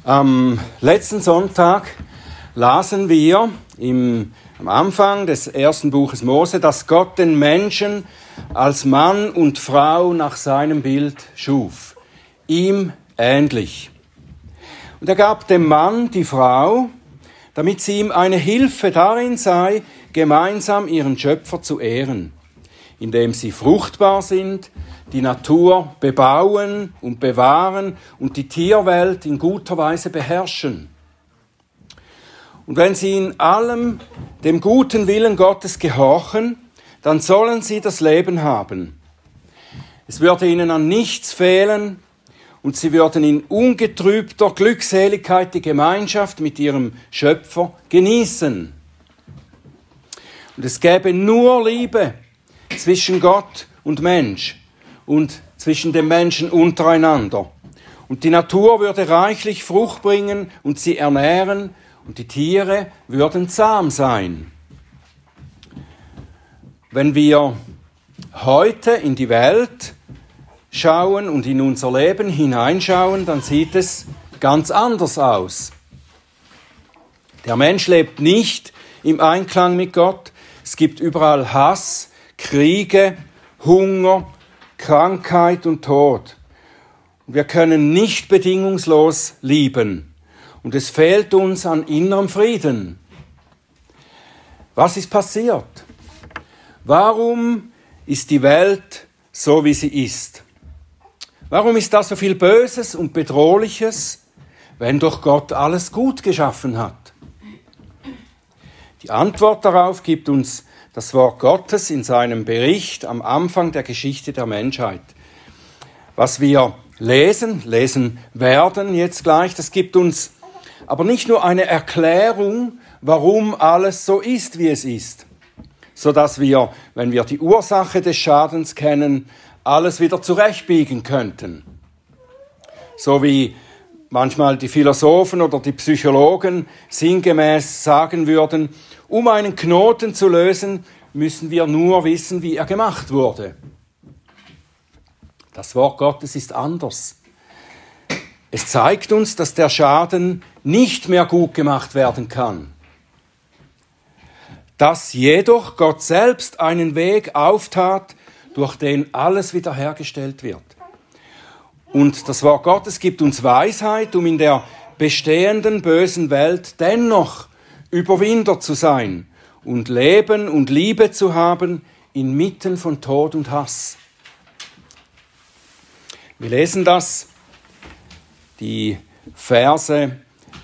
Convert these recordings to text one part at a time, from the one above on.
Am letzten Sonntag lasen wir am Anfang des ersten Buches Mose, dass Gott den Menschen als Mann und Frau nach seinem Bild schuf, ihm ähnlich. Und er gab dem Mann die Frau, damit sie ihm eine Hilfe darin sei, gemeinsam ihren Schöpfer zu ehren, indem sie fruchtbar sind, die Natur bebauen und bewahren und die Tierwelt in guter Weise beherrschen. Und wenn sie in allem dem guten Willen Gottes gehorchen, dann sollen sie das Leben haben. Es würde ihnen an nichts fehlen und sie würden in ungetrübter Glückseligkeit die Gemeinschaft mit ihrem Schöpfer genießen. Und es gäbe nur Liebe zwischen Gott und Mensch und zwischen den Menschen untereinander. Und die Natur würde reichlich Frucht bringen und sie ernähren und die Tiere würden zahm sein. Wenn wir heute in die Welt schauen und in unser Leben hineinschauen, dann sieht es ganz anders aus. Der Mensch lebt nicht im Einklang mit Gott. Es gibt überall Hass, Kriege, Hunger, Krankheit und Tod. Wir können nicht bedingungslos lieben. Und es fehlt uns an innerem Frieden. Was ist passiert? Warum ist die Welt so, wie sie ist? Warum ist da so viel Böses und Bedrohliches, wenn doch Gott alles gut geschaffen hat? Die Antwort darauf gibt uns das Wort Gottes in seinem Bericht am Anfang der Geschichte der Menschheit. Was wir lesen werden jetzt gleich, das gibt uns aber nicht nur eine Erklärung, warum alles so ist, wie es ist, sodass wir, wenn wir die Ursache des Schadens kennen, alles wieder zurechtbiegen könnten. So wie manchmal die Philosophen oder die Psychologen sinngemäß sagen würden, um einen Knoten zu lösen, müssen wir nur wissen, wie er gemacht wurde. Das Wort Gottes ist anders. Es zeigt uns, dass der Schaden nicht mehr gut gemacht werden kann. Dass jedoch Gott selbst einen Weg auftat, durch den alles wiederhergestellt wird. Und das Wort Gottes gibt uns Weisheit, um in der bestehenden bösen Welt dennoch Überwinder zu sein und Leben und Liebe zu haben inmitten von Tod und Hass. Wir lesen das, die Verse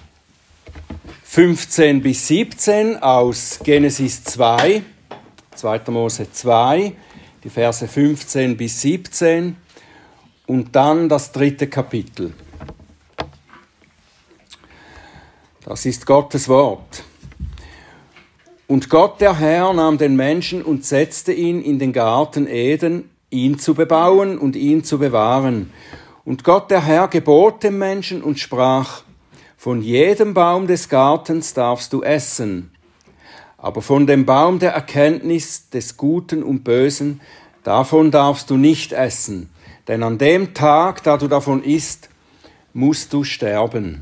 15 bis 17 aus Genesis 2, 2. Mose 2, die Verse 15 bis 17 und dann das 3. Kapitel. Das ist Gottes Wort. Und Gott, der Herr, nahm den Menschen und setzte ihn in den Garten Eden, ihn zu bebauen und ihn zu bewahren. Und Gott, der Herr, gebot dem Menschen und sprach, von jedem Baum des Gartens darfst du essen, aber von dem Baum der Erkenntnis des Guten und Bösen, davon darfst du nicht essen, denn an dem Tag, da du davon isst, musst du sterben.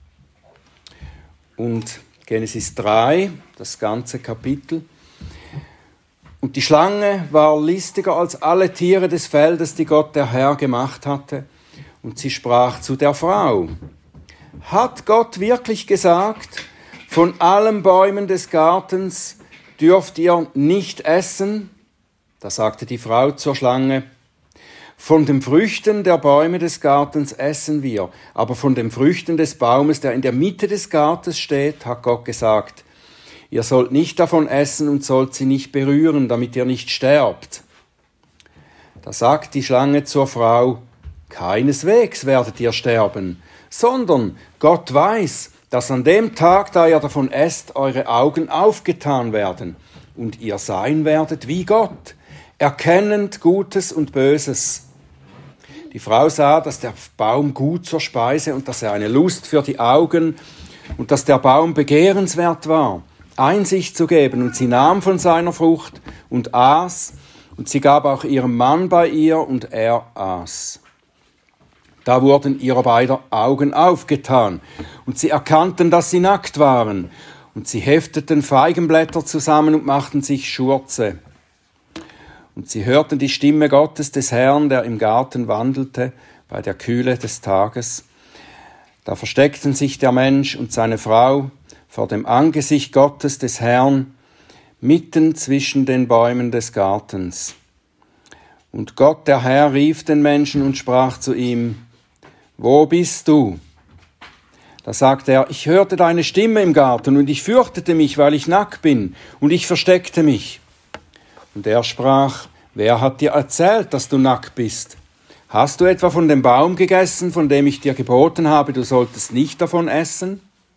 Und Genesis 3, das ganze Kapitel. Und die Schlange war listiger als alle Tiere des Feldes, die Gott der Herr gemacht hatte. Und sie sprach zu der Frau, hat Gott wirklich gesagt, von allen Bäumen des Gartens dürft ihr nicht essen? Da sagte die Frau zur Schlange, von den Früchten der Bäume des Gartens essen wir, aber von den Früchten des Baumes, der in der Mitte des Gartens steht, hat Gott gesagt, ihr sollt nicht davon essen und sollt sie nicht berühren, damit ihr nicht sterbt. Da sagt die Schlange zur Frau, keineswegs werdet ihr sterben, sondern Gott weiß, dass an dem Tag, da ihr davon esst, eure Augen aufgetan werden und ihr sein werdet wie Gott, erkennend Gutes und Böses. Die Frau sah, dass der Baum gut zur Speise und dass er eine Lust für die Augen und dass der Baum begehrenswert war, Einsicht zu geben. Und sie nahm von seiner Frucht und aß, und sie gab auch ihrem Mann bei ihr, und er aß. Da wurden ihrer beider Augen aufgetan, und sie erkannten, dass sie nackt waren. Und sie hefteten Feigenblätter zusammen und machten sich Schurze. Und sie hörten die Stimme Gottes des Herrn, der im Garten wandelte, bei der Kühle des Tages. Da versteckten sich der Mensch und seine Frau vor dem Angesicht Gottes des Herrn, mitten zwischen den Bäumen des Gartens. Und Gott, der Herr, rief den Menschen und sprach zu ihm: Wo bist du? Da sagte er: Ich hörte deine Stimme im Garten, und ich fürchtete mich, weil ich nackt bin, und ich versteckte mich. Und er sprach: Wer hat dir erzählt, dass du nackt bist? Hast du etwa von dem Baum gegessen, von dem ich dir geboten habe, du solltest nicht davon essen?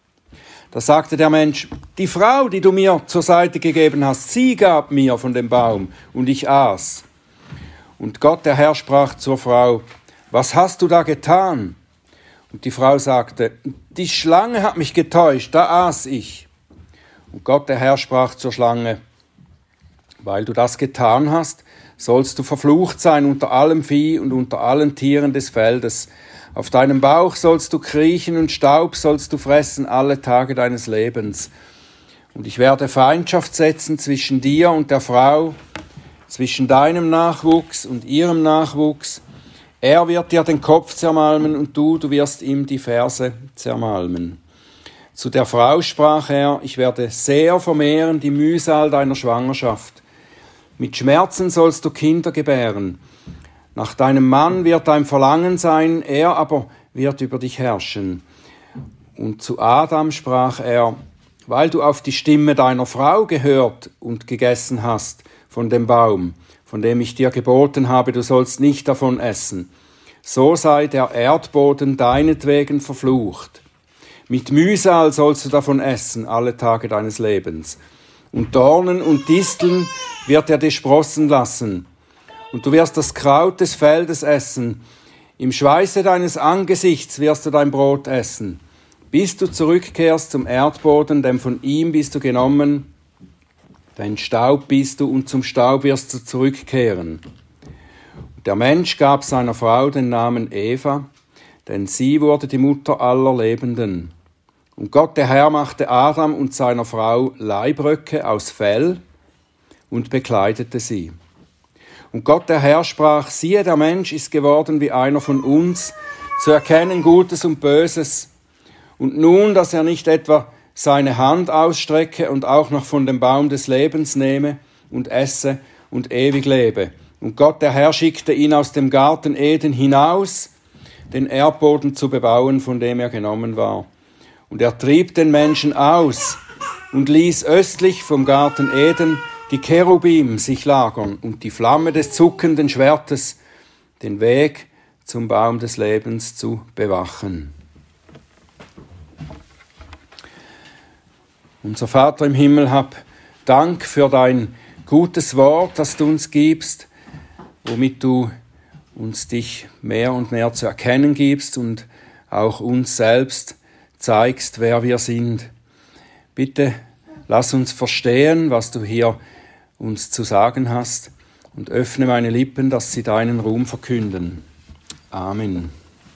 Da sagte der Mensch: Die Frau, die du mir zur Seite gegeben hast, sie gab mir von dem Baum, und ich aß. Und Gott, der Herr, sprach zur Frau: Was hast du da getan? Und die Frau sagte: Die Schlange hat mich getäuscht, da aß ich. Und Gott, der Herr, sprach zur Schlange: Weil du das getan hast, sollst du verflucht sein unter allem Vieh und unter allen Tieren des Feldes. Auf deinem Bauch sollst du kriechen und Staub sollst du fressen alle Tage deines Lebens. Und ich werde Feindschaft setzen zwischen dir und der Frau, zwischen deinem Nachwuchs und ihrem Nachwuchs. Er wird dir den Kopf zermalmen und du wirst ihm die Ferse zermalmen. Zu der Frau sprach er: Ich werde sehr vermehren die Mühsal deiner Schwangerschaft. Mit Schmerzen sollst du Kinder gebären. Nach deinem Mann wird dein Verlangen sein, er aber wird über dich herrschen. Und zu Adam sprach er: Weil du auf die Stimme deiner Frau gehört und gegessen hast von dem Baum, von dem ich dir geboten habe, du sollst nicht davon essen, so sei der Erdboden deinetwegen verflucht. Mit Mühsal sollst du davon essen alle Tage deines Lebens. Und Dornen und Disteln wird er dir sprossen lassen. Und du wirst das Kraut des Feldes essen. Im Schweiße deines Angesichts wirst du dein Brot essen, bis du zurückkehrst zum Erdboden, denn von ihm bist du genommen. Dein Staub bist du, und zum Staub wirst du zurückkehren. Und der Mensch gab seiner Frau den Namen Eva, denn sie wurde die Mutter aller Lebenden. Und Gott, der Herr, machte Adam und seiner Frau Leibröcke aus Fell und bekleidete sie. Und Gott, der Herr, sprach: Siehe, der Mensch ist geworden wie einer von uns, zu erkennen Gutes und Böses. Und nun, dass er nicht etwa seine Hand ausstrecke und auch noch von dem Baum des Lebens nehme und esse und ewig lebe. Und Gott, der Herr, schickte ihn aus dem Garten Eden hinaus, den Erdboden zu bebauen, von dem er genommen war. Und er trieb den Menschen aus und ließ östlich vom Garten Eden die Cherubim sich lagern und die Flamme des zuckenden Schwertes, den Weg zum Baum des Lebens zu bewachen. Unser Vater im Himmel, hab Dank für dein gutes Wort, das du uns gibst, womit du uns dich mehr und mehr zu erkennen gibst und auch uns selbst zeigst, wer wir sind. Bitte lass uns verstehen, was du hier uns zu sagen hast, und öffne meine Lippen, dass sie deinen Ruhm verkünden. Amen.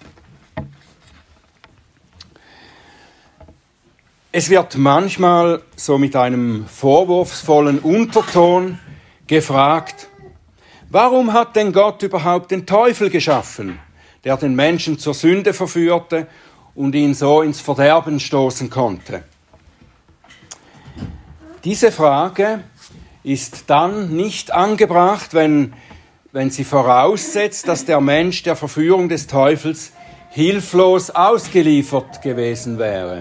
Es wird manchmal so mit einem vorwurfsvollen Unterton gefragt: Warum hat denn Gott überhaupt den Teufel geschaffen, der den Menschen zur Sünde verführte und ihn so ins Verderben stoßen konnte? Diese Frage ist dann nicht angebracht, wenn sie voraussetzt, dass der Mensch der Verführung des Teufels hilflos ausgeliefert gewesen wäre.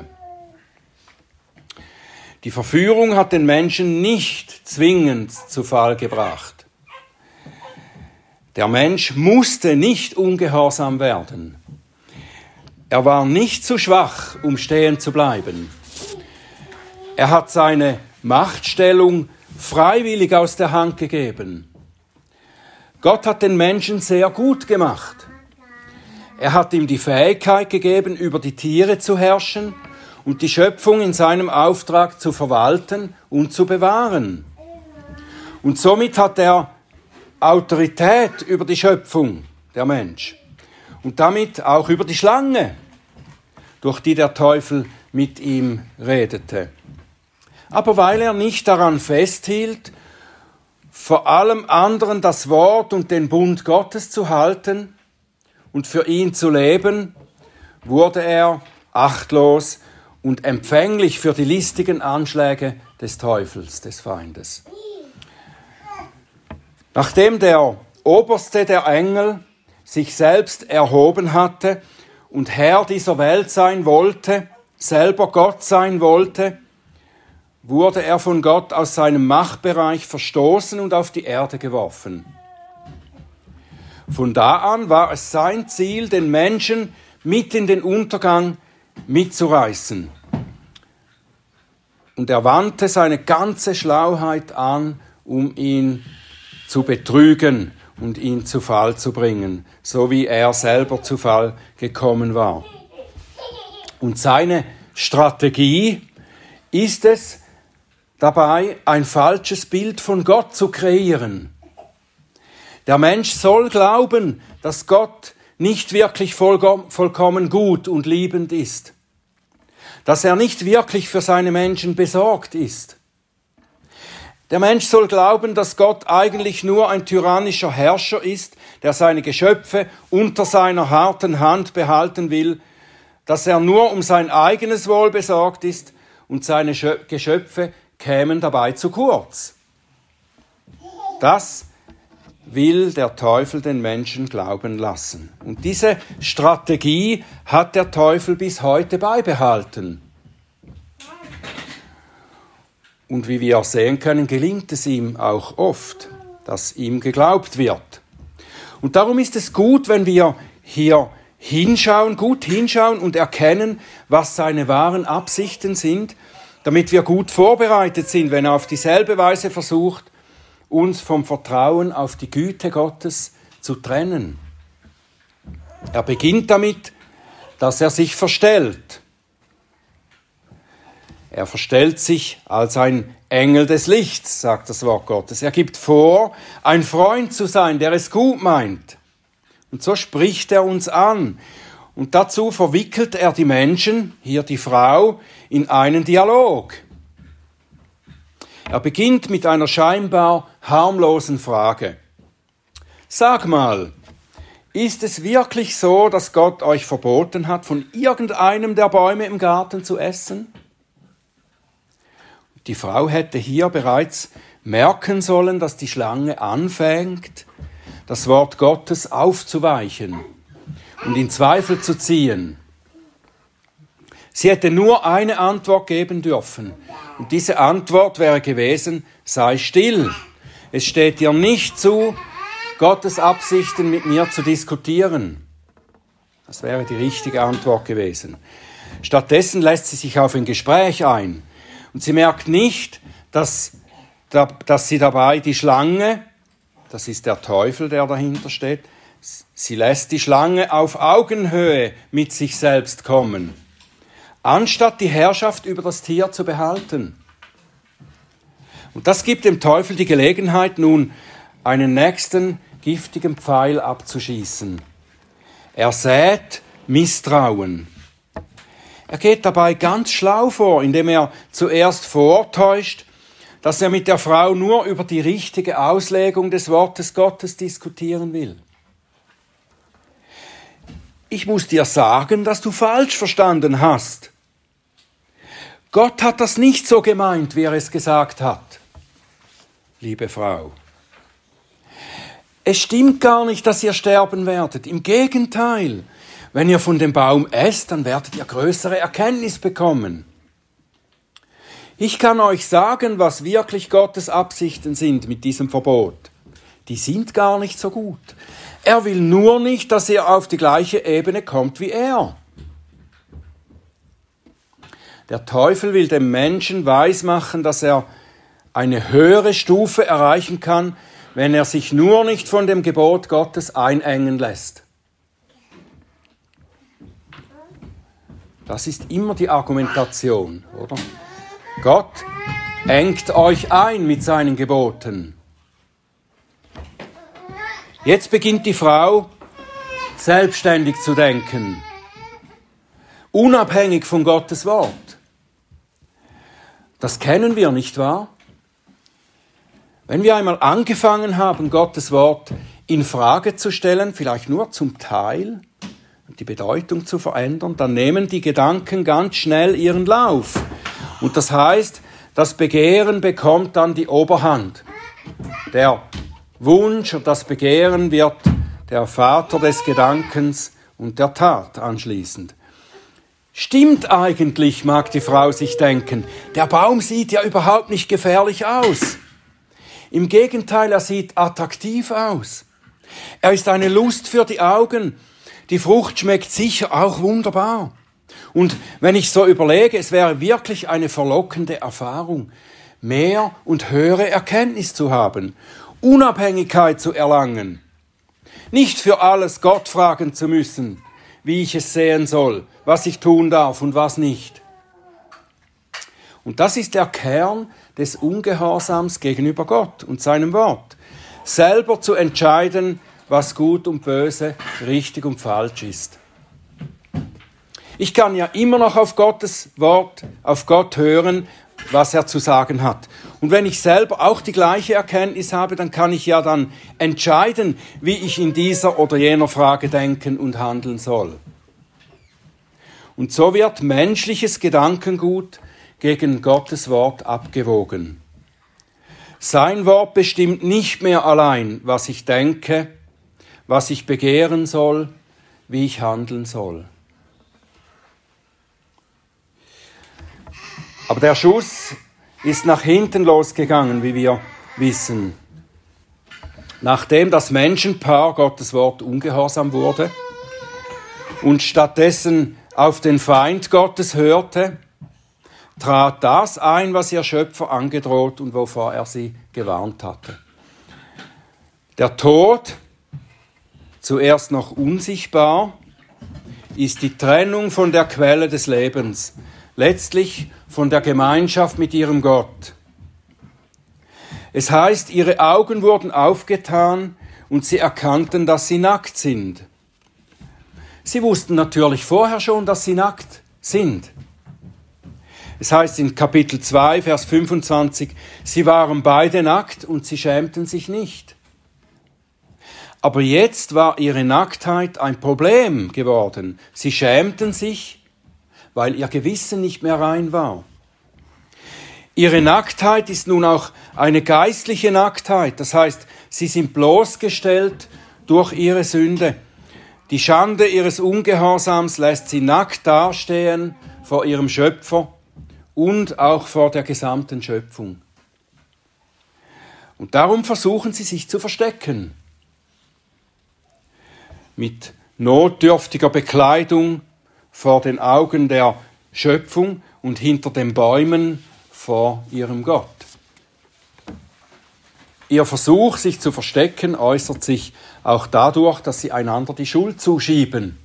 Die Verführung hat den Menschen nicht zwingend zu Fall gebracht. Der Mensch musste nicht ungehorsam werden. Er war nicht zu schwach, um stehen zu bleiben. Er hat seine Machtstellung freiwillig aus der Hand gegeben. Gott hat den Menschen sehr gut gemacht. Er hat ihm die Fähigkeit gegeben, über die Tiere zu herrschen und die Schöpfung in seinem Auftrag zu verwalten und zu bewahren. Und somit hat er Autorität über die Schöpfung, der Mensch. und damit auch über die Schlange, durch die der Teufel mit ihm redete. Aber weil er nicht daran festhielt, vor allem anderen das Wort und den Bund Gottes zu halten und für ihn zu leben, wurde er achtlos und empfänglich für die listigen Anschläge des Teufels, des Feindes. Nachdem der oberste der Engel sich selbst erhoben hatte und Herr dieser Welt sein wollte, selber Gott sein wollte, wurde er von Gott aus seinem Machtbereich verstoßen und auf die Erde geworfen. Von da an war es sein Ziel, den Menschen mit in den Untergang mitzureißen. Und er wandte seine ganze Schlauheit an, um ihn zu betrügen und ihn zu Fall zu bringen, so wie er selber zu Fall gekommen war. Und seine Strategie ist es, dabei ein falsches Bild von Gott zu kreieren. Der Mensch soll glauben, dass Gott nicht wirklich vollkommen gut und liebend ist, dass er nicht wirklich für seine Menschen besorgt ist. Der Mensch soll glauben, dass Gott eigentlich nur ein tyrannischer Herrscher ist, der seine Geschöpfe unter seiner harten Hand behalten will, dass er nur um sein eigenes Wohl besorgt ist und seine Geschöpfe kämen dabei zu kurz. Das will der Teufel den Menschen glauben lassen. Und diese Strategie hat der Teufel bis heute beibehalten. Und wie wir sehen können, gelingt es ihm auch oft, dass ihm geglaubt wird. Und darum ist es gut, wenn wir hier gut hinschauen und erkennen, was seine wahren Absichten sind, damit wir gut vorbereitet sind, wenn er auf dieselbe Weise versucht, uns vom Vertrauen auf die Güte Gottes zu trennen. Er beginnt damit, dass er sich verstellt. Er verstellt sich als ein Engel des Lichts, sagt das Wort Gottes. Er gibt vor, ein Freund zu sein, der es gut meint. Und so spricht er uns an. Und dazu verwickelt er die Menschen, hier die Frau, in einen Dialog. Er beginnt mit einer scheinbar harmlosen Frage. Sag mal, ist es wirklich so, dass Gott euch verboten hat, von irgendeinem der Bäume im Garten zu essen? Die Frau hätte hier bereits merken sollen, dass die Schlange anfängt, das Wort Gottes aufzuweichen und in Zweifel zu ziehen. Sie hätte nur eine Antwort geben dürfen. Und diese Antwort wäre gewesen, sei still. Es steht dir nicht zu, Gottes Absichten mit mir zu diskutieren. Das wäre die richtige Antwort gewesen. Stattdessen lässt sie sich auf ein Gespräch ein. Und sie merkt nicht, dass sie dabei die Schlange, das ist der Teufel, der dahinter steht, sie lässt die Schlange auf Augenhöhe mit sich selbst kommen, anstatt die Herrschaft über das Tier zu behalten. Und das gibt dem Teufel die Gelegenheit, nun einen nächsten giftigen Pfeil abzuschießen. Er sät Misstrauen. Er geht dabei ganz schlau vor, indem er zuerst vortäuscht, dass er mit der Frau nur über die richtige Auslegung des Wortes Gottes diskutieren will. Ich muss dir sagen, dass du falsch verstanden hast. Gott hat das nicht so gemeint, wie er es gesagt hat, liebe Frau. Es stimmt gar nicht, dass ihr sterben werdet. Im Gegenteil, wenn ihr von dem Baum esst, dann werdet ihr größere Erkenntnis bekommen. Ich kann euch sagen, was wirklich Gottes Absichten sind mit diesem Verbot. Die sind gar nicht so gut. Er will nur nicht, dass ihr auf die gleiche Ebene kommt wie er. Der Teufel will dem Menschen weismachen, dass er eine höhere Stufe erreichen kann, wenn er sich nur nicht von dem Gebot Gottes einengen lässt. Das ist immer die Argumentation, oder? Gott engt euch ein mit seinen Geboten. Jetzt beginnt die Frau selbstständig zu denken, unabhängig von Gottes Wort. Das kennen wir, nicht wahr? Wenn wir einmal angefangen haben, Gottes Wort in Frage zu stellen, vielleicht nur zum Teil, die Bedeutung zu verändern, dann nehmen die Gedanken ganz schnell ihren Lauf. Und das heißt, das Begehren bekommt dann die Oberhand. Der Wunsch und das Begehren wird der Vater des Gedankens und der Tat anschließend. Stimmt eigentlich, mag die Frau sich denken, der Baum sieht ja überhaupt nicht gefährlich aus. Im Gegenteil, er sieht attraktiv aus. Er ist eine Lust für die Augen. Die Frucht schmeckt sicher auch wunderbar. Und wenn ich so überlege, es wäre wirklich eine verlockende Erfahrung, mehr und höhere Erkenntnis zu haben, Unabhängigkeit zu erlangen, nicht für alles Gott fragen zu müssen, wie ich es sehen soll, was ich tun darf und was nicht. Und das ist der Kern des Ungehorsams gegenüber Gott und seinem Wort. Selber zu entscheiden, was gut und böse, richtig und falsch ist. Ich kann ja immer noch auf Gottes Wort, auf Gott hören, was er zu sagen hat. Und wenn ich selber auch die gleiche Erkenntnis habe, dann kann ich ja dann entscheiden, wie ich in dieser oder jener Frage denken und handeln soll. Und so wird menschliches Gedankengut gegen Gottes Wort abgewogen. Sein Wort bestimmt nicht mehr allein, was ich denke, was ich begehren soll, wie ich handeln soll. Aber der Schuss ist nach hinten losgegangen, wie wir wissen. Nachdem das Menschenpaar Gottes Wort ungehorsam wurde und stattdessen auf den Feind Gottes hörte, trat das ein, was ihr Schöpfer angedroht und wovor er sie gewarnt hatte. Der Tod, zuerst noch unsichtbar, ist die Trennung von der Quelle des Lebens, letztlich von der Gemeinschaft mit ihrem Gott. Es heißt, ihre Augen wurden aufgetan und sie erkannten, dass sie nackt sind. Sie wussten natürlich vorher schon, dass sie nackt sind. Es heißt in Kapitel 2, Vers 25, sie waren beide nackt und sie schämten sich nicht. Aber jetzt war ihre Nacktheit ein Problem geworden. Sie schämten sich, weil ihr Gewissen nicht mehr rein war. Ihre Nacktheit ist nun auch eine geistliche Nacktheit. Das heißt, sie sind bloßgestellt durch ihre Sünde. Die Schande ihres Ungehorsams lässt sie nackt dastehen vor ihrem Schöpfer und auch vor der gesamten Schöpfung. Und darum versuchen sie sich zu verstecken. Mit notdürftiger Bekleidung vor den Augen der Schöpfung und hinter den Bäumen vor ihrem Gott. Ihr Versuch, sich zu verstecken, äußert sich auch dadurch, dass sie einander die Schuld zuschieben.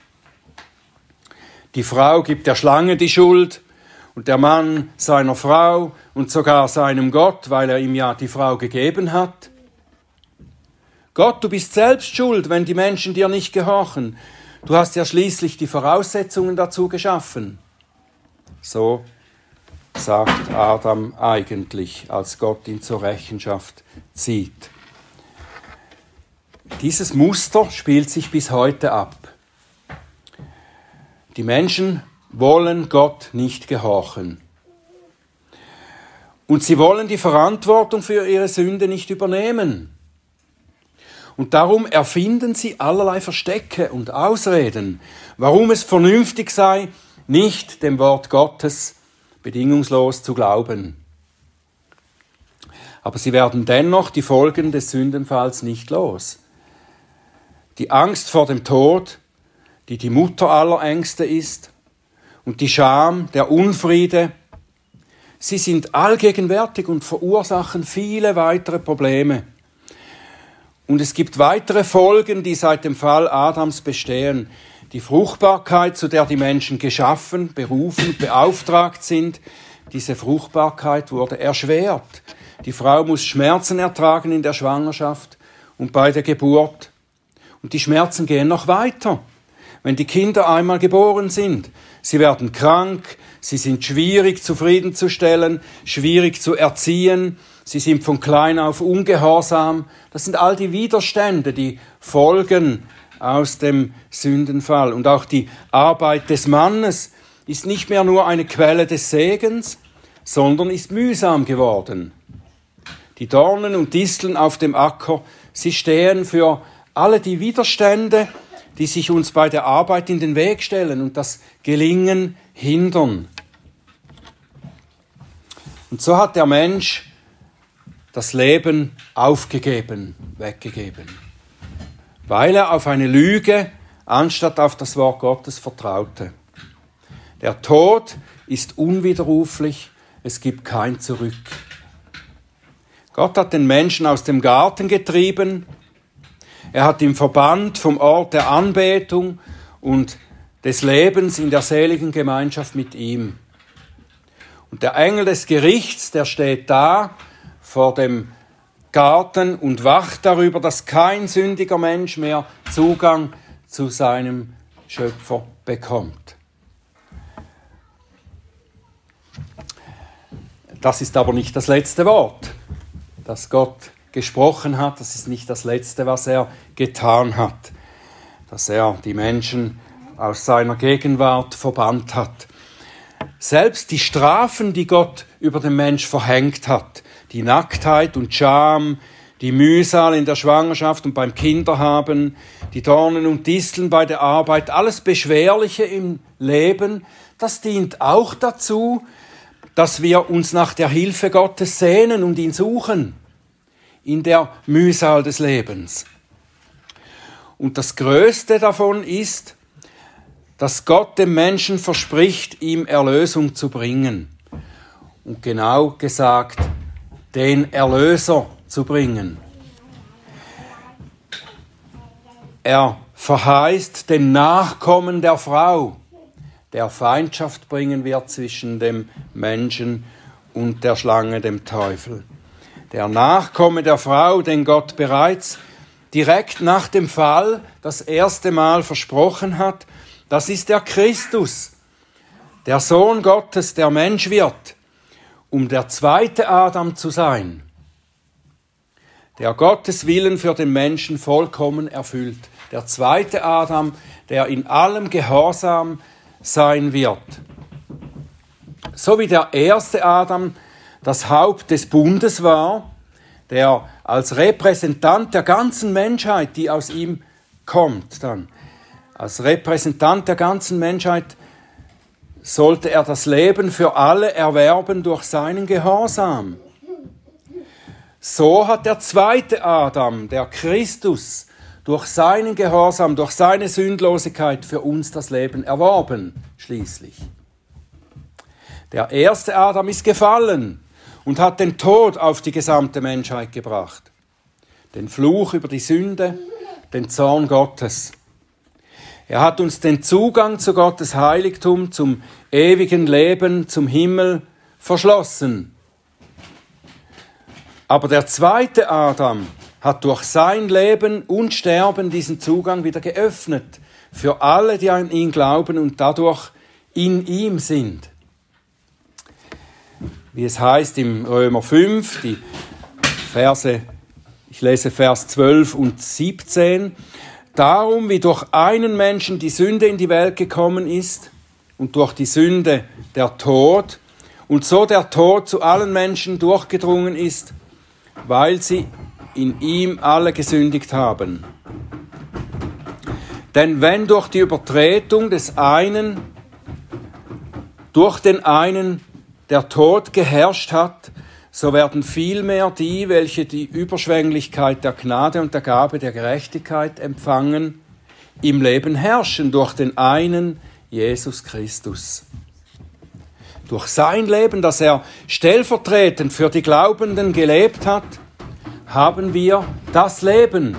Die Frau gibt der Schlange die Schuld und der Mann seiner Frau und sogar seinem Gott, weil er ihm ja die Frau gegeben hat. Gott, du bist selbst schuld, wenn die Menschen dir nicht gehorchen. Du hast ja schließlich die Voraussetzungen dazu geschaffen. So sagt Adam eigentlich, als Gott ihn zur Rechenschaft zieht. Dieses Muster spielt sich bis heute ab. Die Menschen wollen Gott nicht gehorchen. Und sie wollen die Verantwortung für ihre Sünde nicht übernehmen. Und darum erfinden sie allerlei Verstecke und Ausreden, warum es vernünftig sei, nicht dem Wort Gottes bedingungslos zu glauben. Aber sie werden dennoch die Folgen des Sündenfalls nicht los. Die Angst vor dem Tod, die die Mutter aller Ängste ist, und die Scham, der Unfriede, sie sind allgegenwärtig und verursachen viele weitere Probleme. Und es gibt weitere Folgen, die seit dem Fall Adams bestehen. Die Fruchtbarkeit, zu der die Menschen geschaffen, berufen, beauftragt sind, diese Fruchtbarkeit wurde erschwert. Die Frau muss Schmerzen ertragen in der Schwangerschaft und bei der Geburt. Und die Schmerzen gehen noch weiter. Wenn die Kinder einmal geboren sind, sie werden krank, sie sind schwierig zufriedenzustellen, schwierig zu erziehen, sie sind von klein auf ungehorsam. Das sind all die Widerstände, die folgen aus dem Sündenfall. Und auch die Arbeit des Mannes ist nicht mehr nur eine Quelle des Segens, sondern ist mühsam geworden. Die Dornen und Disteln auf dem Acker, sie stehen für alle die Widerstände, die sich uns bei der Arbeit in den Weg stellen und das Gelingen hindern. Und so hat der Mensch das Leben aufgegeben, weggegeben, weil er auf eine Lüge anstatt auf das Wort Gottes vertraute. Der Tod ist unwiderruflich, es gibt kein Zurück. Gott hat den Menschen aus dem Garten getrieben, er hat ihn verbannt vom Ort der Anbetung und des Lebens in der seligen Gemeinschaft mit ihm. Und der Engel des Gerichts, der steht da vor dem Garten und wacht darüber, dass kein sündiger Mensch mehr Zugang zu seinem Schöpfer bekommt. Das ist aber nicht das letzte Wort, das Gott gesprochen hat. Das ist nicht das Letzte, was er getan hat, dass er die Menschen aus seiner Gegenwart verbannt hat. Selbst die Strafen, die Gott über den Mensch verhängt hat, die Nacktheit und Scham, die Mühsal in der Schwangerschaft und beim Kinderhaben, die Dornen und Disteln bei der Arbeit, alles Beschwerliche im Leben, das dient auch dazu, dass wir uns nach der Hilfe Gottes sehnen und ihn suchen in der Mühsal des Lebens. Und das Größte davon ist, dass Gott dem Menschen verspricht, ihm Erlösung zu bringen. Und genau gesagt, den Erlöser zu bringen. Er verheißt den Nachkommen der Frau, der Feindschaft bringen wird zwischen dem Menschen und der Schlange, dem Teufel. Der Nachkomme der Frau, den Gott bereits direkt nach dem Fall das erste Mal versprochen hat, das ist der Christus, der Sohn Gottes, der Mensch wird, um der zweite Adam zu sein, der Gottes Willen für den Menschen vollkommen erfüllt. Der zweite Adam, der in allem Gehorsam sein wird. So wie der erste Adam das Haupt des Bundes war, der als Repräsentant der ganzen Menschheit, die aus ihm kommt, dann als Repräsentant der ganzen Menschheit sollte er das Leben für alle erwerben durch seinen Gehorsam. So hat der zweite Adam, der Christus, durch seinen Gehorsam, durch seine Sündlosigkeit für uns das Leben erworben, schließlich. Der erste Adam ist gefallen und hat den Tod auf die gesamte Menschheit gebracht. Den Fluch über die Sünde, den Zorn Gottes. Er hat uns den Zugang zu Gottes Heiligtum, zum ewigen Leben, zum Himmel verschlossen. Aber der zweite Adam hat durch sein Leben und Sterben diesen Zugang wieder geöffnet für alle, die an ihn glauben und dadurch in ihm sind. Wie es heißt im Römer 5, die Verse, ich lese Vers 12 und 17. Darum, wie durch einen Menschen die Sünde in die Welt gekommen ist und durch die Sünde der Tod und so der Tod zu allen Menschen durchgedrungen ist, weil sie in ihm alle gesündigt haben. Denn wenn durch die Übertretung des einen, durch den einen der Tod geherrscht hat, so werden vielmehr die, welche die Überschwänglichkeit der Gnade und der Gabe der Gerechtigkeit empfangen, im Leben herrschen durch den einen, Jesus Christus. Durch sein Leben, das er stellvertretend für die Glaubenden gelebt hat, haben wir das Leben.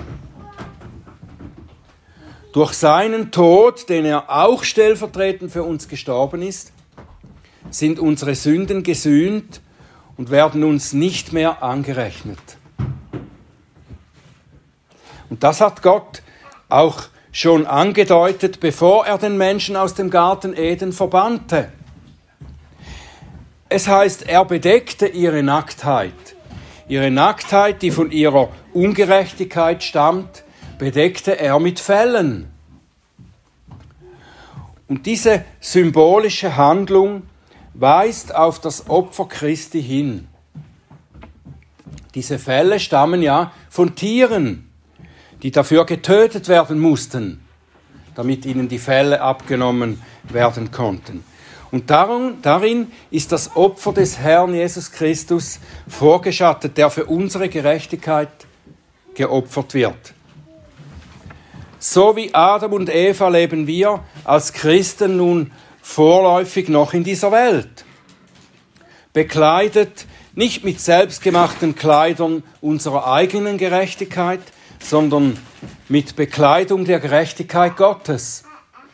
Durch seinen Tod, den er auch stellvertretend für uns gestorben ist, sind unsere Sünden gesühnt und werden uns nicht mehr angerechnet. Und das hat Gott auch schon angedeutet, bevor er den Menschen aus dem Garten Eden verbannte. Es heißt, er bedeckte ihre Nacktheit. Ihre Nacktheit, die von ihrer Ungerechtigkeit stammt, bedeckte er mit Fellen. Und diese symbolische Handlung weist auf das Opfer Christi hin. Diese Felle stammen ja von Tieren, die dafür getötet werden mussten, damit ihnen die Felle abgenommen werden konnten. Und darin ist das Opfer des Herrn Jesus Christus vorgeschattet, der für unsere Gerechtigkeit geopfert wird. So wie Adam und Eva leben wir als Christen nun vorläufig noch in dieser Welt. Bekleidet nicht mit selbstgemachten Kleidern unserer eigenen Gerechtigkeit, sondern mit Bekleidung der Gerechtigkeit Gottes.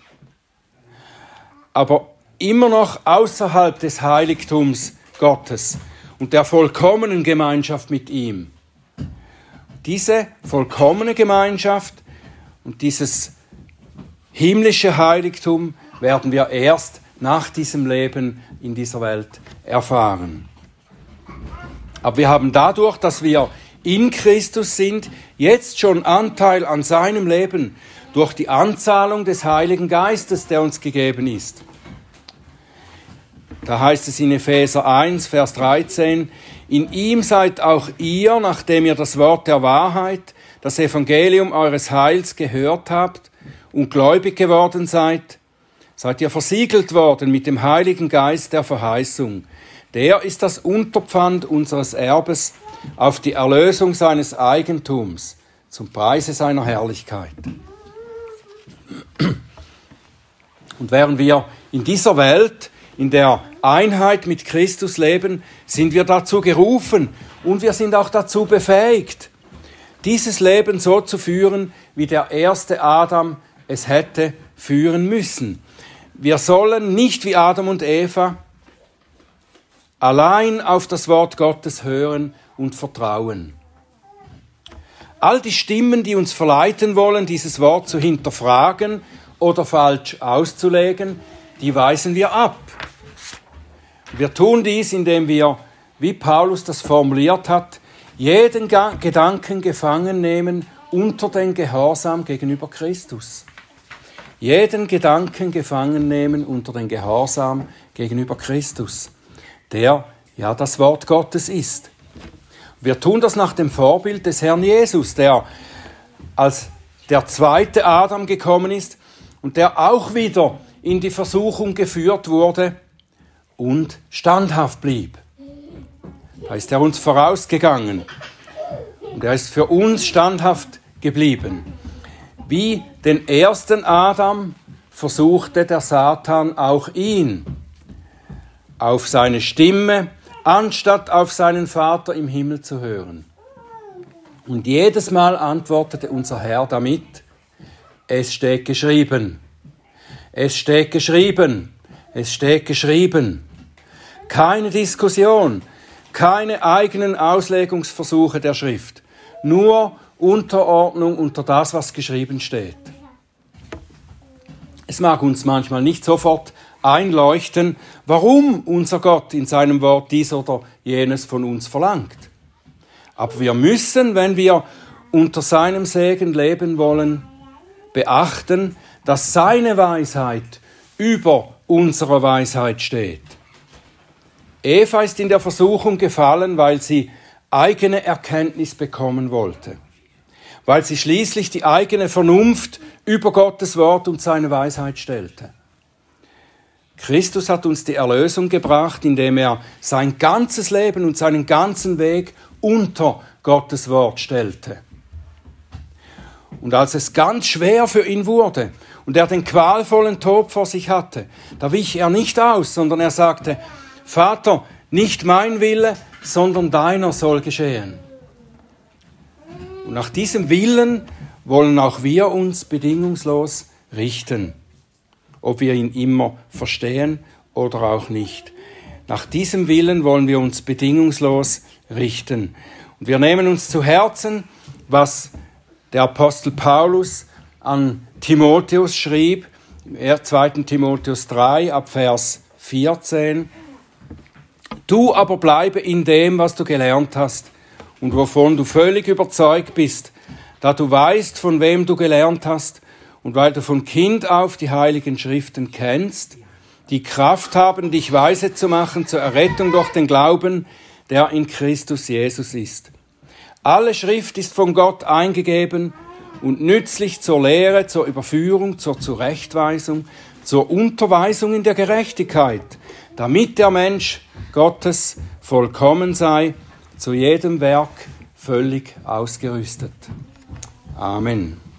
Aber immer noch außerhalb des Heiligtums Gottes und der vollkommenen Gemeinschaft mit ihm. Diese vollkommene Gemeinschaft und dieses himmlische Heiligtum werden wir erst nach diesem Leben in dieser Welt erfahren. Aber wir haben dadurch, dass wir in Christus sind, jetzt schon Anteil an seinem Leben durch die Anzahlung des Heiligen Geistes, der uns gegeben ist. Da heißt es in Epheser 1, Vers 13, in ihm seid auch ihr, nachdem ihr das Wort der Wahrheit, das Evangelium eures Heils gehört habt und gläubig geworden seid ihr versiegelt worden mit dem Heiligen Geist der Verheißung. Der ist das Unterpfand unseres Erbes auf die Erlösung seines Eigentums, zum Preise seiner Herrlichkeit. Und während wir in dieser Welt, in der Einheit mit Christus leben, sind wir dazu gerufen und wir sind auch dazu befähigt, dieses Leben so zu führen, wie der erste Adam es hätte führen müssen. Wir sollen nicht wie Adam und Eva allein auf das Wort Gottes hören und vertrauen. All die Stimmen, die uns verleiten wollen, dieses Wort zu hinterfragen oder falsch auszulegen, die weisen wir ab. Wir tun dies, indem wir, wie Paulus das formuliert hat, jeden Gedanken gefangen nehmen unter den Gehorsam gegenüber Christus. Jeden Gedanken gefangen nehmen unter den Gehorsam gegenüber Christus, der ja das Wort Gottes ist. Wir tun das nach dem Vorbild des Herrn Jesus, der als der zweite Adam gekommen ist und der auch wieder in die Versuchung geführt wurde und standhaft blieb. Da ist er uns vorausgegangen und er ist für uns standhaft geblieben. Wie den ersten Adam versuchte der Satan auch ihn auf seine Stimme, anstatt auf seinen Vater im Himmel zu hören. Und jedes Mal antwortete unser Herr damit, es steht geschrieben, es steht geschrieben, es steht geschrieben. Keine Diskussion, keine eigenen Auslegungsversuche der Schrift, nur Unterordnung unter das, was geschrieben steht. Es mag uns manchmal nicht sofort einleuchten, warum unser Gott in seinem Wort dies oder jenes von uns verlangt. Aber wir müssen, wenn wir unter seinem Segen leben wollen, beachten, dass seine Weisheit über unserer Weisheit steht. Eva ist in der Versuchung gefallen, weil sie eigene Erkenntnis bekommen wollte, weil sie schließlich die eigene Vernunft über Gottes Wort und seine Weisheit stellte. Christus hat uns die Erlösung gebracht, indem er sein ganzes Leben und seinen ganzen Weg unter Gottes Wort stellte. Und als es ganz schwer für ihn wurde und er den qualvollen Tod vor sich hatte, da wich er nicht aus, sondern er sagte, Vater, nicht mein Wille, sondern deiner soll geschehen. Und nach diesem Willen wollen auch wir uns bedingungslos richten, ob wir ihn immer verstehen oder auch nicht. Nach diesem Willen wollen wir uns bedingungslos richten. Und wir nehmen uns zu Herzen, was der Apostel Paulus an Timotheus schrieb, 2. Timotheus 3 ab Vers 14. Du aber bleibe in dem, was du gelernt hast und wovon du völlig überzeugt bist, da du weißt, von wem du gelernt hast und weil du von Kind auf die heiligen Schriften kennst, die Kraft haben, dich weise zu machen zur Errettung durch den Glauben, der in Christus Jesus ist. Alle Schrift ist von Gott eingegeben und nützlich zur Lehre, zur Überführung, zur Zurechtweisung, zur Unterweisung in der Gerechtigkeit, damit der Mensch Gottes vollkommen sei, zu jedem Werk völlig ausgerüstet. Amen.